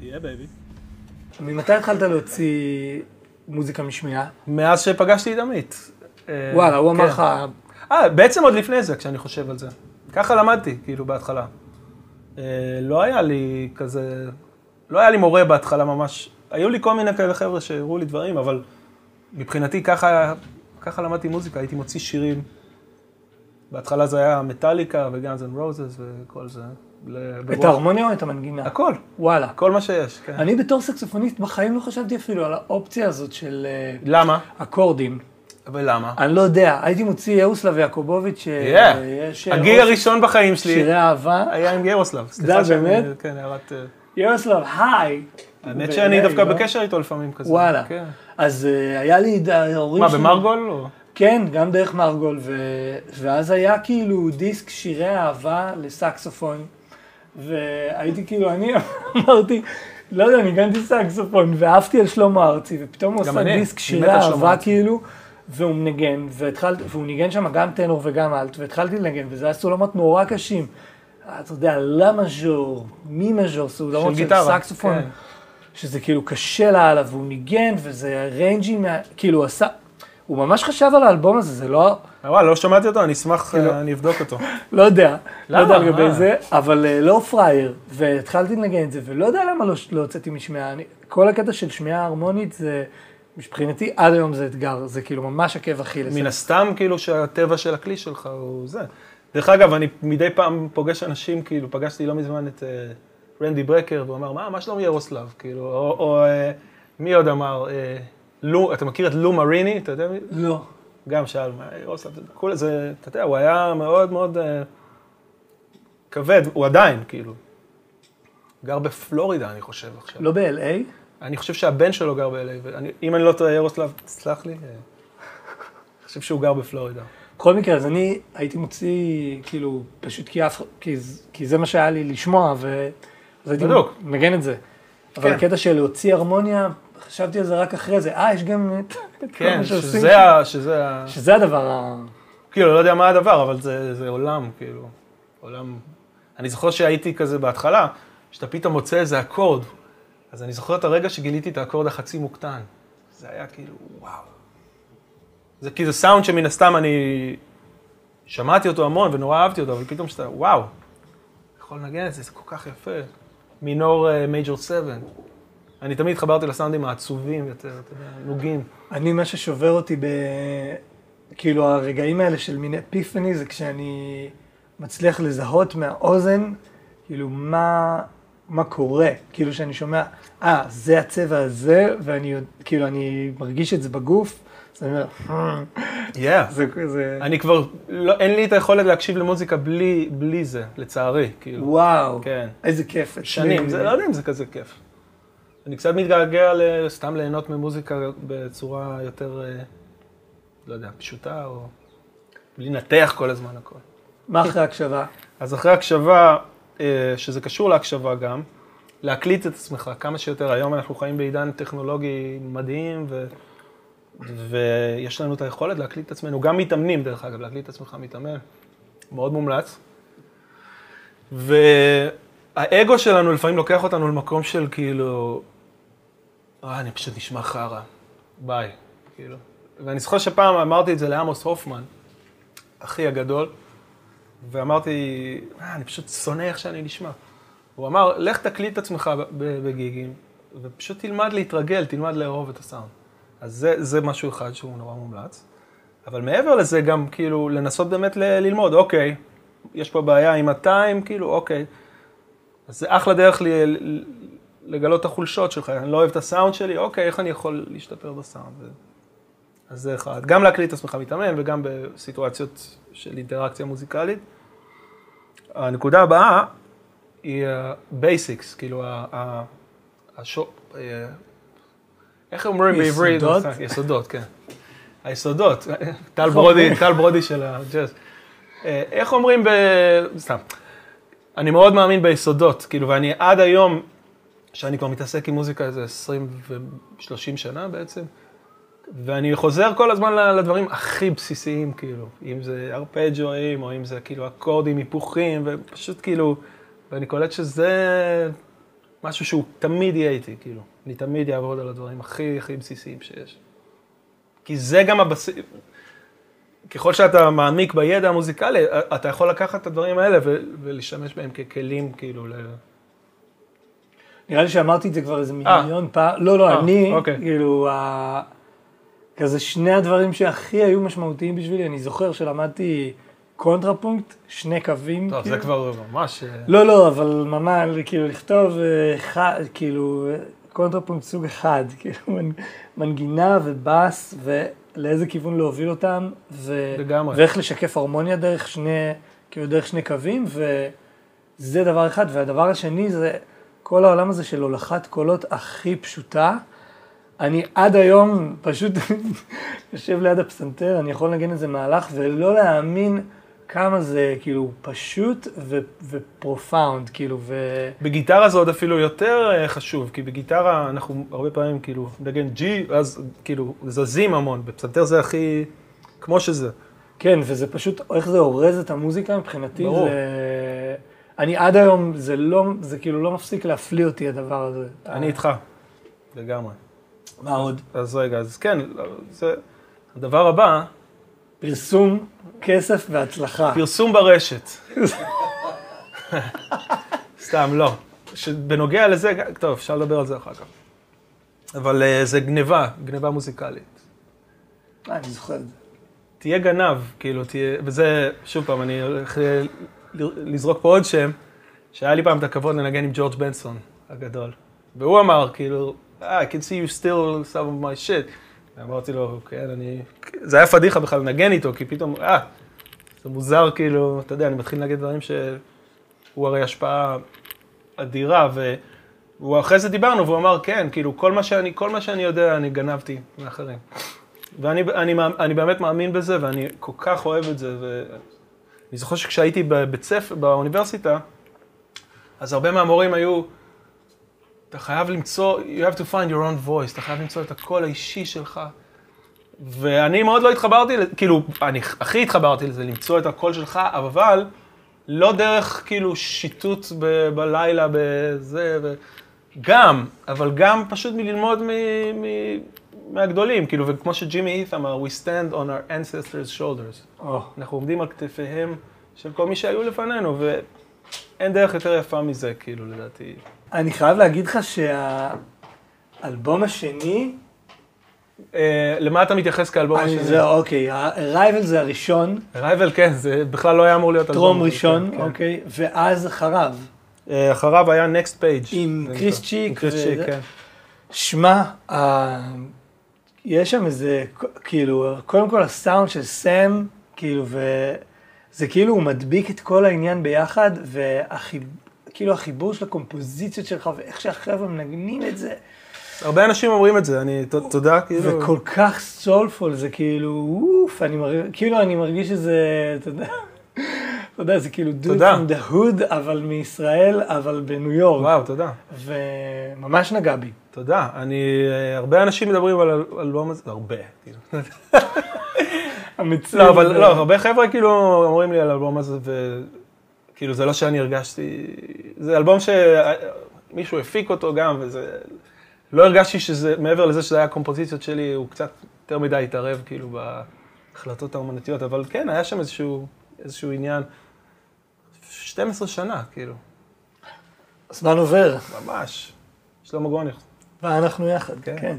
B: יהיה בייבי.
A: ממתי התחלת להוציא מוזיקה משמיעה?
B: מאז שפגשתי את עמית.
A: וואלה, הוא אמר לך...
B: אה, בעצם עוד לפני זה, כשאני חושב על זה. ככה למדתי, כאילו, בהתחלה. לא היה לי כזה... לא היה לי מורה בהתחלה ממש. היו לי כל מיני כאלה חבר'ה שהראו לי דברים, אבל מבחינתי ככה, ככה למדתי מוזיקה, הייתי מוציא שירים. בהתחלה זה היה מטאליקה וגאנז אנד רוזס וכל זה.
A: את ההרמוניה או את המנגינה?
B: הכל.
A: וואלה.
B: כל מה שיש, כן.
A: אני בתור סקסופוניסט בחיים לא חשבתי אפילו על האופציה הזאת של...
B: למה?
A: אקורדים.
B: ולמה?
A: אני לא יודע, הייתי מוציא יאוסלב יעקובוביץ'
B: שיש... הגיל הראשון בחיים שלי...
A: שירי אהבה.
B: היה עם יאוסלב.
A: זה באמת?
B: כן, הערת...
A: יאוסלב, היי.
B: האמת שאני דווקא בקשר איתו לפעמים כזה.
A: וואלה. אז היה לי ההורים
B: שלי... מה, במרגול או?
A: כן, גם דרך מרגול, ואז היה כאילו דיסק שירי אהבה לסקסופון, והייתי כאילו, אני אמרתי, לא יודע, ניגנתי סקסופון, ואהבתי על שלמה ארצי, ופתאום הוא עושה דיסק שירי אהבה כאילו, והוא מנגן, והוא ניגן שם גם טנור וגם אלט, והתחלתי לנגן, וזה היה סולמות נורא קשים. אתה יודע, לה מז'ור, מי מז'ור, סולמות של סקסופון, שזה כאילו קשה לה עליו, והוא ניגן, וזה ריינג'י, כאילו הוא עשה... הוא ממש חשב על האלבום הזה, זה לא...
B: וואלה, לא שמעתי אותו, אני אשמח, אני אבדוק אותו.
A: לא יודע, לא יודע לגבי זה, אבל לא פרייר, והתחלתי לנגן את זה, ולא יודע למה לא הוצאתי משמיעה. כל הקטע של שמיעה הרמונית, זה, מבחינתי, עד היום זה אתגר, זה כאילו ממש עקב אכילס.
B: מן הסתם, כאילו, שהטבע של הכלי שלך הוא זה. דרך אגב, אני מדי פעם פוגש אנשים, כאילו, פגשתי לא מזמן את רנדי ברקר, והוא אמר, מה, מה שלום ירוסלב? כאילו, או מי עוד אמר... לו, אתה מכיר את לו מריני, אתה יודע מי?
A: לא.
B: גם שאל, כולה זה, אתה יודע, הוא היה מאוד מאוד uh, כבד, הוא עדיין, כאילו. גר בפלורידה, אני חושב עכשיו.
A: לא ב-אל איי?
B: אני חושב שהבן שלו גר ב-אל איי, ואם אני לא טועה, ירוסלב, תסלח לי, אני חושב שהוא גר בפלורידה.
A: בכל מקרה, אז אני הייתי מוציא, כאילו, פשוט כי, אף, כי, כי זה מה שהיה לי לשמוע, ואז הייתי מגן את זה. אבל כן. הקטע של להוציא הרמוניה, חשבתי על זה רק אחרי זה, אה, יש גם את
B: כל מה שעושים. כן, שזה ה...
A: שזה הדבר ה...
B: כאילו, לא יודע מה הדבר, אבל זה, זה עולם, כאילו, עולם... אני זוכר שהייתי כזה בהתחלה, שאתה פתאום מוצא איזה אקורד, אז אני זוכר את הרגע שגיליתי את האקורד החצי מוקטן. זה היה כאילו, וואו. זה כאילו סאונד שמן הסתם אני שמעתי אותו המון ונורא אהבתי אותו, אבל פתאום שאתה, וואו, יכול לנגן את זה, זה כל כך יפה. מינור מייג'ור סבן. אני תמיד חברתי לסאונדים העצובים יותר, אתה יודע, נוגים.
A: אני, מה ששובר אותי ב... כאילו, הרגעים האלה של מין אפיפני, זה כשאני מצליח לזהות מהאוזן, כאילו, מה, מה קורה. כאילו, שאני שומע, אה, זה הצבע הזה, ואני, כאילו, אני מרגיש את זה בגוף, אז אני אומר,
B: yeah.
A: זה, זה...
B: אני כבר, לא, אין לי את היכולת להקשיב למוזיקה בלי, בלי זה, לצערי, כאילו.
A: וואו,
B: כן.
A: איזה כיף.
B: שנים, זה, לא יודע אם זה כזה כיף. אני קצת מתגעגע סתם ליהנות ממוזיקה בצורה יותר, לא יודע, פשוטה, או לנתח כל הזמן הכל.
A: מה אחרי הקשבה?
B: אז אחרי הקשבה, שזה קשור להקשבה גם, להקליט את עצמך כמה שיותר. היום אנחנו חיים בעידן טכנולוגי מדהים, ו... ויש לנו את היכולת להקליט את עצמנו, גם מתאמנים דרך אגב, להקליט את עצמך מתאמן, מאוד מומלץ. והאגו שלנו לפעמים לוקח אותנו למקום של כאילו, אה, אני פשוט נשמע חרא, ביי, כאילו. ואני זוכר שפעם אמרתי את זה לעמוס הופמן, אחי הגדול, ואמרתי, אה, אני פשוט שונא איך שאני נשמע. הוא אמר, לך תקליט את עצמך בגיגים, ופשוט תלמד להתרגל, תלמד לאהוב את הסאונד. אז זה, זה משהו אחד שהוא נורא מומלץ. אבל מעבר לזה גם כאילו לנסות באמת ל- ללמוד, אוקיי, יש פה בעיה עם הטיים, כאילו, אוקיי. אז זה אחלה דרך ל- לגלות את החולשות שלך. אני לא אוהב את הסאונד שלי, אוקיי, איך אני יכול להשתפר בסאונד? אז זה אחד. גם להקליט את עצמך מתאמן וגם בסיטואציות של אינטראקציה מוזיקלית. הנקודה הבאה היא בייסיקס, כאילו, השו... איך אומרים בעברית?
A: יסודות?
B: יסודות, כן. היסודות, טל ברודי, טל ברודי של הג'אז. איך אומרים ב... סתם. אני מאוד מאמין ביסודות, כאילו, ואני עד היום, שאני כבר מתעסק עם מוזיקה איזה עשרים ושלושים שנה בעצם, ואני חוזר כל הזמן לדברים הכי בסיסיים, כאילו, אם זה ארפג'ואים, או אם זה כאילו אקורדים, היפוכים, ופשוט כאילו, ואני קולט שזה משהו שהוא תמיד יהיה איתי, כאילו. אני תמיד אעבוד על הדברים הכי הכי בסיסיים שיש. כי זה גם הבסיס... ככל שאתה מעמיק בידע המוזיקלי, אתה יכול לקחת את הדברים האלה ולהשתמש בהם ככלים, כאילו, ל...
A: נראה לי שאמרתי את זה כבר איזה מיליון פעם. לא, לא, אני, כאילו, כזה שני הדברים שהכי היו משמעותיים בשבילי, אני זוכר שלמדתי קונטרפונקט, שני קווים.
B: טוב, זה כבר ממש...
A: לא, לא, אבל ממש, כאילו, לכתוב, כאילו, קונטרפונקט סוג אחד, כאילו, מנגינה ובאס, ולאיזה כיוון להוביל אותם, ואיך לשקף הרמוניה דרך שני, כאילו, דרך שני קווים, וזה דבר אחד. והדבר השני זה כל העולם הזה של הולכת קולות הכי פשוטה. אני עד היום פשוט יושב ליד הפסנתר, אני יכול לנגן איזה מהלך, ולא להאמין כמה זה כאילו פשוט ו- ופרופאונד, כאילו, ו...
B: בגיטרה זה עוד אפילו יותר חשוב, כי בגיטרה אנחנו הרבה פעמים כאילו נגן ג'י, אז כאילו זזים המון, בפסנתר זה הכי כמו שזה.
A: כן, וזה פשוט, איך זה אורז את המוזיקה מבחינתי,
B: ברור.
A: זה... אני עד היום, זה לא, זה כאילו לא מפסיק להפליא אותי הדבר הזה.
B: אני איתך, לגמרי.
A: מה עוד?
B: אז רגע, אז כן, זה... הדבר הבא...
A: פרסום, כסף והצלחה.
B: פרסום ברשת. סתם, לא. בנוגע לזה, טוב, אפשר לדבר על זה אחר כך. אבל זה גניבה, גניבה מוזיקלית.
A: אני זוכר את זה.
B: תהיה גנב, כאילו, תהיה... וזה, שוב פעם, אני הולך לזרוק פה עוד שם, שהיה לי פעם את הכבוד לנגן עם ג'ורג' בנסון הגדול. והוא אמר, כאילו, I can see you still some of my shit. ואמרתי לו, כן, אני... זה היה פדיחה בכלל לנגן איתו, כי פתאום, אה, זה מוזר, כאילו, אתה יודע, אני מתחיל לנגן דברים שהוא הרי השפעה אדירה, והוא אחרי זה דיברנו, והוא אמר, כן, כאילו, כל מה שאני, כל מה שאני יודע, אני גנבתי מאחרים. ואני אני, אני באמת מאמין בזה, ואני כל כך אוהב את זה, ואני זוכר שכשהייתי בבית ספר, באוניברסיטה, אז הרבה מהמורים היו, אתה חייב למצוא, you have to find your own voice, אתה חייב למצוא את הקול האישי שלך. ואני מאוד לא התחברתי, כאילו, אני הכי התחברתי לזה, למצוא את הקול שלך, אבל לא דרך, כאילו, שיטוט ב- בלילה, בזה, וגם, אבל גם פשוט מללמוד מ... מ... מהגדולים, כאילו, וכמו שג'ימי הית' אמר, we stand on our ancestors' shoulders.
A: Oh.
B: אנחנו עומדים על כתפיהם של כל מי שהיו לפנינו, ואין דרך יותר יפה מזה, כאילו, לדעתי.
A: אני חייב להגיד לך שהאלבום השני...
B: אה, למה אתה מתייחס כאלבום
A: אני,
B: השני?
A: זה, אוקיי, ה-Arrival זה הראשון.
B: Arrival, כן, זה בכלל לא היה אמור להיות אלבום.
A: טרום ראשון,
B: כן,
A: אוקיי, ואז אחריו.
B: אה, אחריו היה Next Page.
A: עם קריס צ'יק.
B: עם קריס צ'יק, כן.
A: שמע, יש שם איזה, כאילו, קודם כל הסאונד של סם, כאילו, וזה כאילו הוא מדביק את כל העניין ביחד, וכאילו החיבור של הקומפוזיציות שלך, ואיך שהחבר'ה מנגנים את זה.
B: הרבה אנשים אומרים את זה, אני, תודה, כאילו.
A: וכל כך סולפול, זה כאילו, אוף, אני מרגיש, כאילו אני מרגיש שזה, אתה יודע, אתה יודע, זה כאילו do it from the hood, אבל מישראל, אבל בניו יורק.
B: וואו, תודה.
A: וממש נגע בי.
B: תודה. אני, הרבה אנשים מדברים על אלבום הזה, הרבה, כאילו. לא, אבל לא, הרבה חבר'ה כאילו אומרים לי על האלבום הזה, וכאילו זה לא שאני הרגשתי, זה אלבום שמישהו הפיק אותו גם, וזה, לא הרגשתי שזה, מעבר לזה שזה היה הקומפוזיציות שלי, הוא קצת יותר מדי התערב כאילו בהחלטות האומנותיות, אבל כן, היה שם איזשהו, איזשהו עניין, שתים עשרה שנה, כאילו.
A: הזמן עובר.
B: ממש. שלמה גוניך.
A: ואנחנו יחד,
B: כן.
A: כן.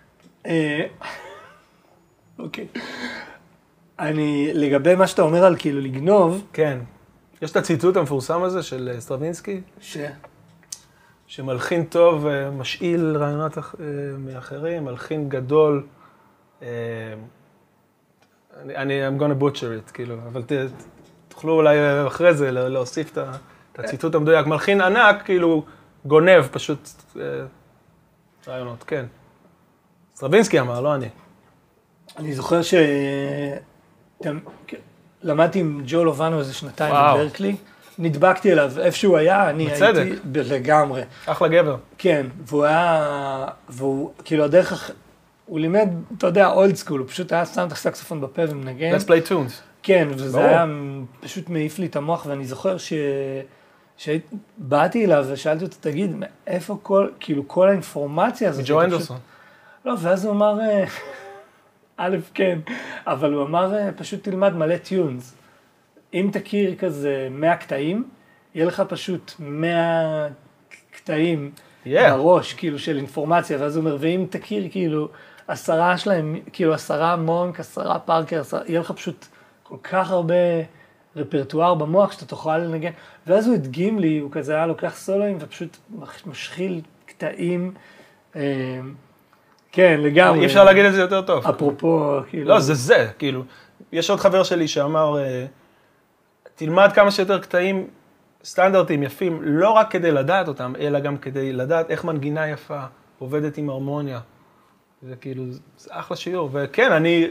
A: אוקיי. אני, לגבי מה שאתה אומר על כאילו לגנוב...
B: כן. יש את הציטוט המפורסם הזה של סטרווינסקי.
A: ש...
B: שמלחין טוב, משאיל רעיונות מאחרים, מלחין גדול. אני, I'm gonna butcher it, כאילו, אבל ת, תוכלו אולי אחרי זה להוסיף את הציטוט המדויק. מלחין ענק, כאילו, גונב, פשוט רעיונות, כן. סטרווינסקי אמר, לא אני.
A: אני זוכר ש... למדתי עם ג'ו לובנו איזה שנתיים בברקלי. נדבקתי אליו, איפה שהוא היה, אני
B: בצדק.
A: הייתי לגמרי.
B: אחלה גבר.
A: כן, והוא היה, והוא, כאילו הדרך, הוא לימד, אתה יודע, אולד סקול, הוא פשוט היה שם את הסקסופון בפה ומנגן.
B: Let's play tunes.
A: כן, וזה
B: ברור.
A: היה פשוט מעיף לי את המוח, ואני זוכר ש... שבאתי אליו ושאלתי אותו, תגיד, איפה כל, כאילו, כל האינפורמציה הזאת?
B: מג'ו אנדרסון.
A: לא, ואז הוא אמר, א', כן, אבל הוא אמר, פשוט תלמד מלא טיונס. אם תכיר כזה מאה קטעים, יהיה לך פשוט מאה קטעים yeah. בראש, כאילו, של אינפורמציה, ואז הוא אומר, ואם תכיר, כאילו, עשרה שלהם, כאילו, עשרה מונק, עשרה פארקר, עשרה, יהיה לך פשוט כל כך הרבה רפרטואר במוח שאתה תוכל לנגן. ואז הוא הדגים לי, הוא כזה היה לוקח סולואים ופשוט משחיל קטעים, כן, לגמרי.
B: אי אפשר להגיד את זה יותר טוב.
A: אפרופו, כאילו...
B: לא, זה זה, כאילו. יש עוד חבר שלי שאמר, תלמד כמה שיותר קטעים סטנדרטיים יפים, לא רק כדי לדעת אותם, אלא גם כדי לדעת איך מנגינה יפה, עובדת עם הרמוניה. זה כאילו, זה אחלה שיעור. וכן, אני,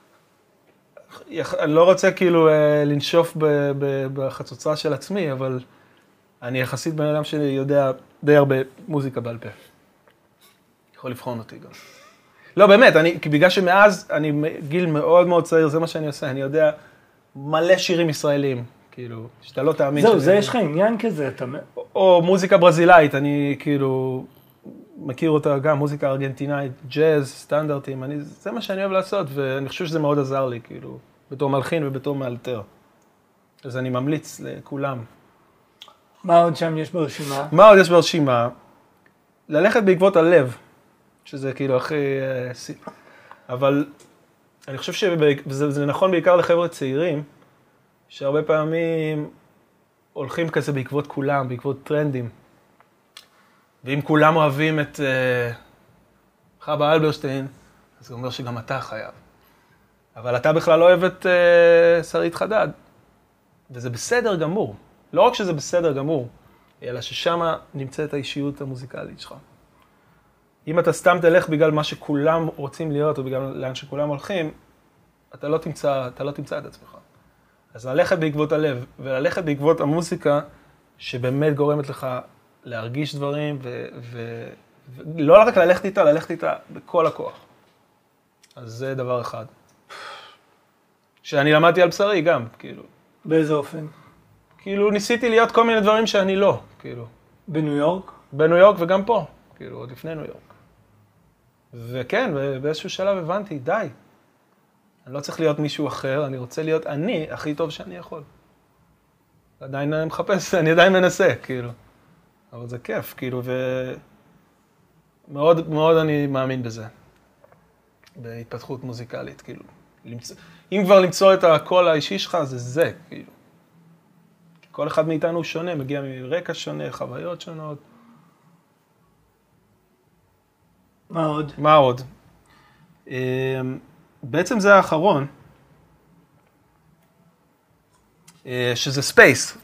B: אני לא רוצה כאילו לנשוף בחצוצרה של עצמי, אבל אני יחסית בן אדם שיודע די הרבה מוזיקה בעל פה. יכול לבחון אותי גם. לא, באמת, אני, בגלל שמאז אני גיל מאוד מאוד צעיר, זה מה שאני עושה, אני יודע מלא שירים ישראלים, כאילו, שאתה לא תאמין.
A: זהו, זה יש לך עניין כזה, אתה...
B: או, או מוזיקה ברזילאית, אני כאילו מכיר אותה גם, מוזיקה ארגנטינאית, ג'אז, סטנדרטים, אני, זה מה שאני אוהב לעשות, ואני חושב שזה מאוד עזר לי, כאילו, בתור מלחין ובתור מאלתר. אז אני ממליץ לכולם.
A: מה עוד שם יש ברשימה?
B: מה עוד יש ברשימה? ללכת בעקבות הלב. שזה כאילו הכי... אבל אני חושב שזה נכון בעיקר לחבר'ה צעירים, שהרבה פעמים הולכים כזה בעקבות כולם, בעקבות טרנדים. ואם כולם אוהבים את חבא אלברשטיין, אז זה אומר שגם אתה חייב. אבל אתה בכלל לא אוהב את שרית חדד. וזה בסדר גמור. לא רק שזה בסדר גמור, אלא ששם נמצאת האישיות המוזיקלית שלך. אם אתה סתם תלך בגלל מה שכולם רוצים להיות, או בגלל לאן שכולם הולכים, אתה לא תמצא, אתה לא תמצא את עצמך. אז ללכת בעקבות הלב, וללכת בעקבות המוזיקה, שבאמת גורמת לך להרגיש דברים, ולא רק ללכת איתה, ללכת איתה בכל הכוח. אז זה דבר אחד. שאני למדתי על בשרי גם, כאילו.
A: באיזה אופן?
B: כאילו ניסיתי להיות כל מיני דברים שאני לא, כאילו.
A: בניו יורק?
B: בניו יורק וגם פה, כאילו, עוד לפני ניו יורק. וכן, באיזשהו שלב הבנתי, די. אני לא צריך להיות מישהו אחר, אני רוצה להיות אני הכי טוב שאני יכול. עדיין אני מחפש, אני עדיין מנסה, כאילו. אבל זה כיף, כאילו, ומאוד מאוד אני מאמין בזה. בהתפתחות מוזיקלית, כאילו. למצוא... אם כבר למצוא את הקול האישי שלך, זה זה, כאילו. כל אחד מאיתנו שונה, מגיע מרקע שונה, חוויות שונות.
A: מה עוד?
B: מה עוד? בעצם זה האחרון, שזה ספייס.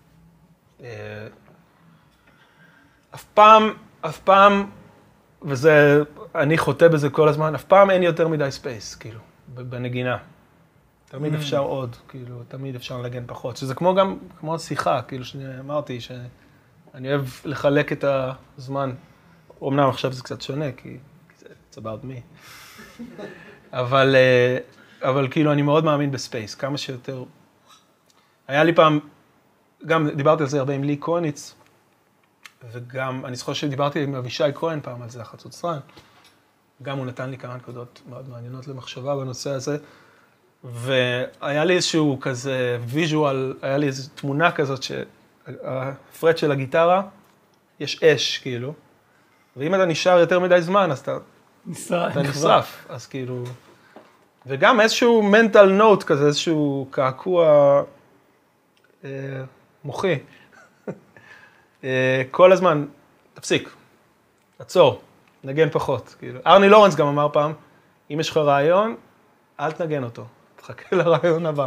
B: אף פעם, אף פעם, וזה, אני חוטא בזה כל הזמן, אף פעם אין יותר מדי ספייס, כאילו, בנגינה. תמיד אפשר עוד, כאילו, תמיד אפשר לנגן פחות. שזה כמו גם, כמו שיחה, כאילו, שאמרתי, שאני אוהב לחלק את הזמן. אמנם עכשיו זה קצת שונה, כי it's about me. אבל, אבל כאילו, אני מאוד מאמין בספייס, כמה שיותר. היה לי פעם, גם דיברתי על זה הרבה עם לי קוניץ, וגם, אני זוכר שדיברתי עם אבישי כהן פעם על זה, החצוצרן. גם הוא נתן לי כמה נקודות מאוד מעניינות למחשבה בנושא הזה. והיה לי איזשהו כזה ויז'ואל, היה לי איזו תמונה כזאת שהפרט של הגיטרה, יש אש, כאילו. ואם אתה נשאר יותר מדי זמן, אז אתה, אתה נשרף. אז כאילו... וגם איזשהו mental note כזה, איזשהו קעקוע אה, מוחי. אה, כל הזמן, תפסיק, עצור, נגן פחות. כאילו. ארני לורנס גם אמר פעם, אם יש לך רעיון, אל תנגן אותו. תחכה לרעיון הבא.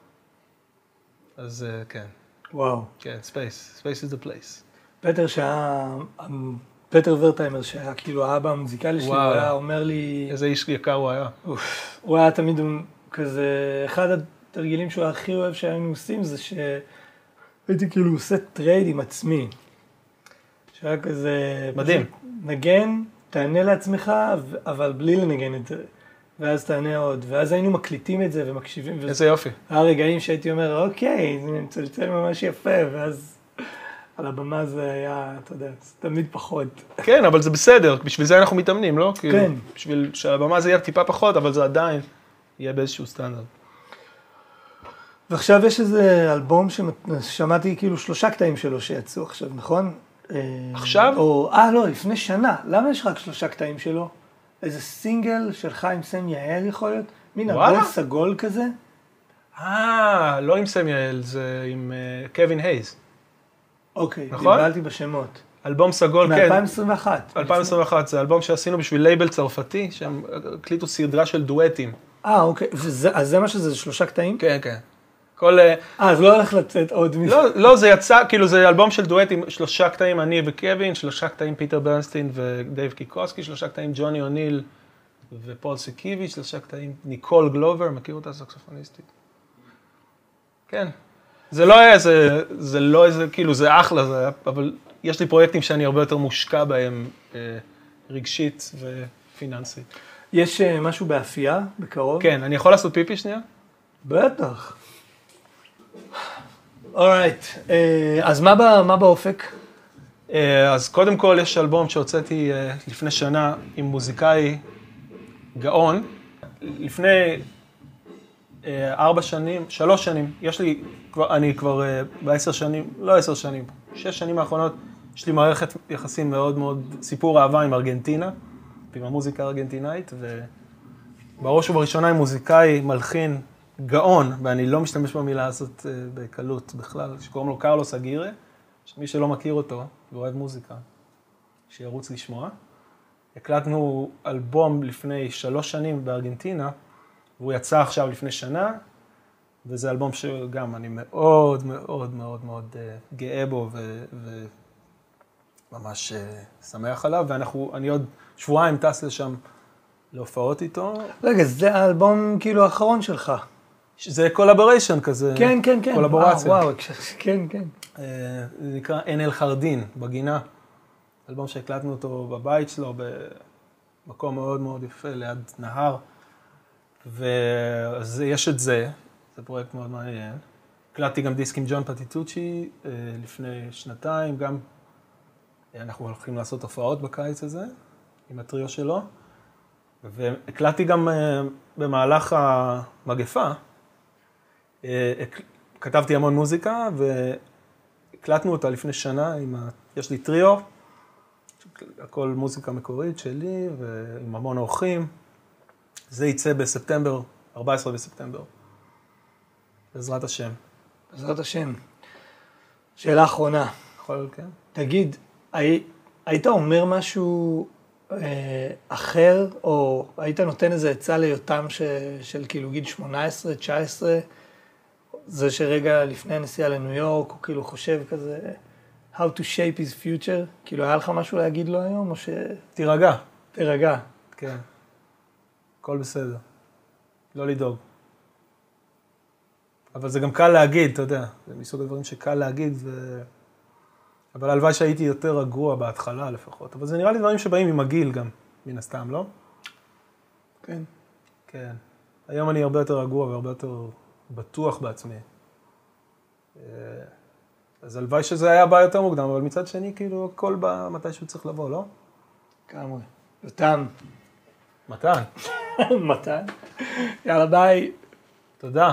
B: אז כן.
A: וואו.
B: כן, space. Space is the place.
A: פטר שהיה, פטר ורטהיימר שהיה כאילו האבא המוזיקלי שלי, הוא היה אומר לי...
B: איזה איש יקר הוא היה.
A: הוא היה תמיד כזה, אחד התרגילים שהוא הכי אוהב שהיינו עושים זה שהייתי כאילו עושה טרייד עם עצמי. שהיה כזה...
B: מדהים.
A: נגן, תענה לעצמך, אבל בלי לנגן את זה. ואז תענה עוד, ואז היינו מקליטים את זה ומקשיבים.
B: איזה יופי.
A: היה רגעים שהייתי אומר, אוקיי, זה מצלצל ממש יפה, ואז על הבמה זה היה, אתה יודע, זה תמיד פחות.
B: כן, אבל זה בסדר, בשביל זה אנחנו מתאמנים, לא?
A: כן.
B: כאילו, בשביל שעל הבמה זה יהיה טיפה פחות, אבל זה עדיין יהיה באיזשהו סטנדרט.
A: ועכשיו יש איזה אלבום ששמעתי כאילו שלושה קטעים שלו שיצאו עכשיו, נכון?
B: עכשיו?
A: או, אה, לא, לפני שנה. למה יש רק שלושה קטעים שלו? איזה סינגל שלך עם סם יעל יכול להיות? מין אלבום סגול כזה?
B: אה, לא עם סם יעל, זה עם uh, קווין הייז.
A: אוקיי,
B: נכון?
A: דיברתי בשמות.
B: אלבום סגול, כן.
A: מ-אלפיים עשרים ואחת.
B: אלפיים עשרים ואחת, זה אלבום שעשינו בשביל לייבל צרפתי, שהם הקליטו סדרה של דואטים.
A: אה, אוקיי, וזה, אז זה מה שזה, זה שלושה קטעים?
B: כן, כן. כל...
A: אה, אז לא הולך לצאת עוד מזה.
B: לא, לא, זה יצא, כאילו זה אלבום של דואטים, שלושה קטעים אני וקווין, שלושה קטעים פיטר ברנסטין ודייב קיקוסקי, שלושה קטעים ג'וני אוניל ופול סקיביץ', שלושה קטעים ניקול גלובר, מכיר אותה סקסופוניסטית? כן. זה לא היה איזה, זה לא איזה, כאילו זה אחלה, זה היה, אבל יש לי פרויקטים שאני הרבה יותר מושקע בהם אה, רגשית ופיננסית.
A: יש uh, משהו באפייה, בקרוב?
B: כן, אני יכול לעשות פיפי שנייה?
A: בטח. אורייט, uh, אז מה, בא, מה באופק?
B: Uh, אז קודם כל יש אלבום שהוצאתי uh, לפני שנה עם מוזיקאי גאון. לפני uh, ארבע שנים, שלוש שנים, יש לי, כבר, אני כבר uh, בעשר שנים, לא עשר שנים, שש שנים האחרונות, יש לי מערכת יחסים מאוד מאוד, סיפור אהבה עם ארגנטינה, עם המוזיקה הארגנטינאית, ובראש ובראשונה עם מוזיקאי מלחין גאון, ואני לא משתמש במילה הזאת uh, בקלות בכלל, שקוראים לו קרלוס אגירה, שמי שלא מכיר אותו ואוהב מוזיקה, שירוץ לשמוע. הקלטנו אלבום לפני שלוש שנים בארגנטינה, והוא יצא עכשיו לפני שנה, וזה אלבום שגם אני מאוד מאוד מאוד מאוד uh, גאה בו ו... ו... ממש uh, שמח עליו, ואנחנו, אני עוד שבועיים טס לשם להופעות איתו.
A: רגע, זה האלבום כאילו האחרון שלך.
B: זה קולבוריישן כזה.
A: כן, כן, כן.
B: קולבורציה.
A: וואו, וואו, כן, כן.
B: Uh, זה נקרא אין אל חרדין, בגינה. אלבום שהקלטנו אותו בבית שלו, במקום מאוד מאוד יפה, ליד נהר. ויש את זה, זה פרויקט מאוד מעניין. הקלטתי גם דיסק עם ג'ון פטיטוצ'י uh, לפני שנתיים, גם אנחנו הולכים לעשות הופעות בקיץ הזה, עם הטריו שלו. והקלטתי גם uh, במהלך המגפה, uh, כתבתי המון מוזיקה, והקלטנו אותה לפני שנה, עם ה... יש לי טריו, הכל מוזיקה מקורית שלי, ועם המון אורחים. זה יצא בספטמבר, ארבעה עשר בספטמבר. בעזרת השם.
A: בעזרת השם. שאלה אחרונה.
B: יכול, כן?
A: תגיד, הי, היית אומר משהו אה, אחר, או היית נותן איזה עצה ליותם ש, של כאילו גיל שמונה עשרה, תשע עשרה, זה שרגע לפני הנסיעה לניו יורק, הוא כאילו חושב כזה, how to shape his future, כאילו היה לך משהו להגיד לו היום, או ש...
B: תירגע.
A: תירגע.
B: כן. הכל בסדר. לא לדאוג. אבל זה גם קל להגיד, אתה יודע, זה מסוג הדברים שקל להגיד, ו... אבל הלוואי שהייתי יותר רגוע בהתחלה לפחות, אבל זה נראה לי דברים שבאים עם הגיל גם, מן הסתם, לא?
A: כן.
B: כן. היום אני הרבה יותר רגוע והרבה יותר בטוח בעצמי. אז הלוואי שזה היה בא יותר מוקדם, אבל מצד שני, כאילו, הכל בא מתי שהוא צריך לבוא, לא?
A: כאמור. יותם.
B: מתן.
A: מתן. יאללה, ביי.
B: תודה.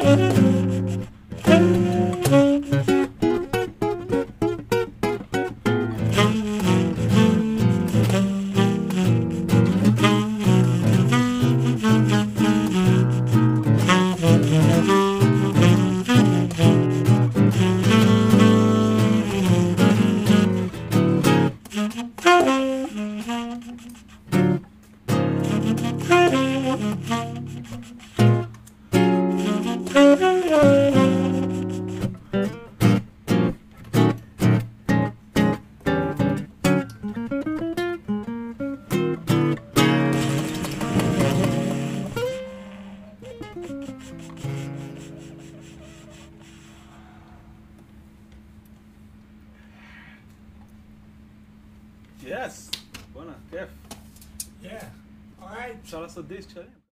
B: יס! בואנה, כיף.
A: Yeah. All right.
B: אפשר לעשות דיסק שלם.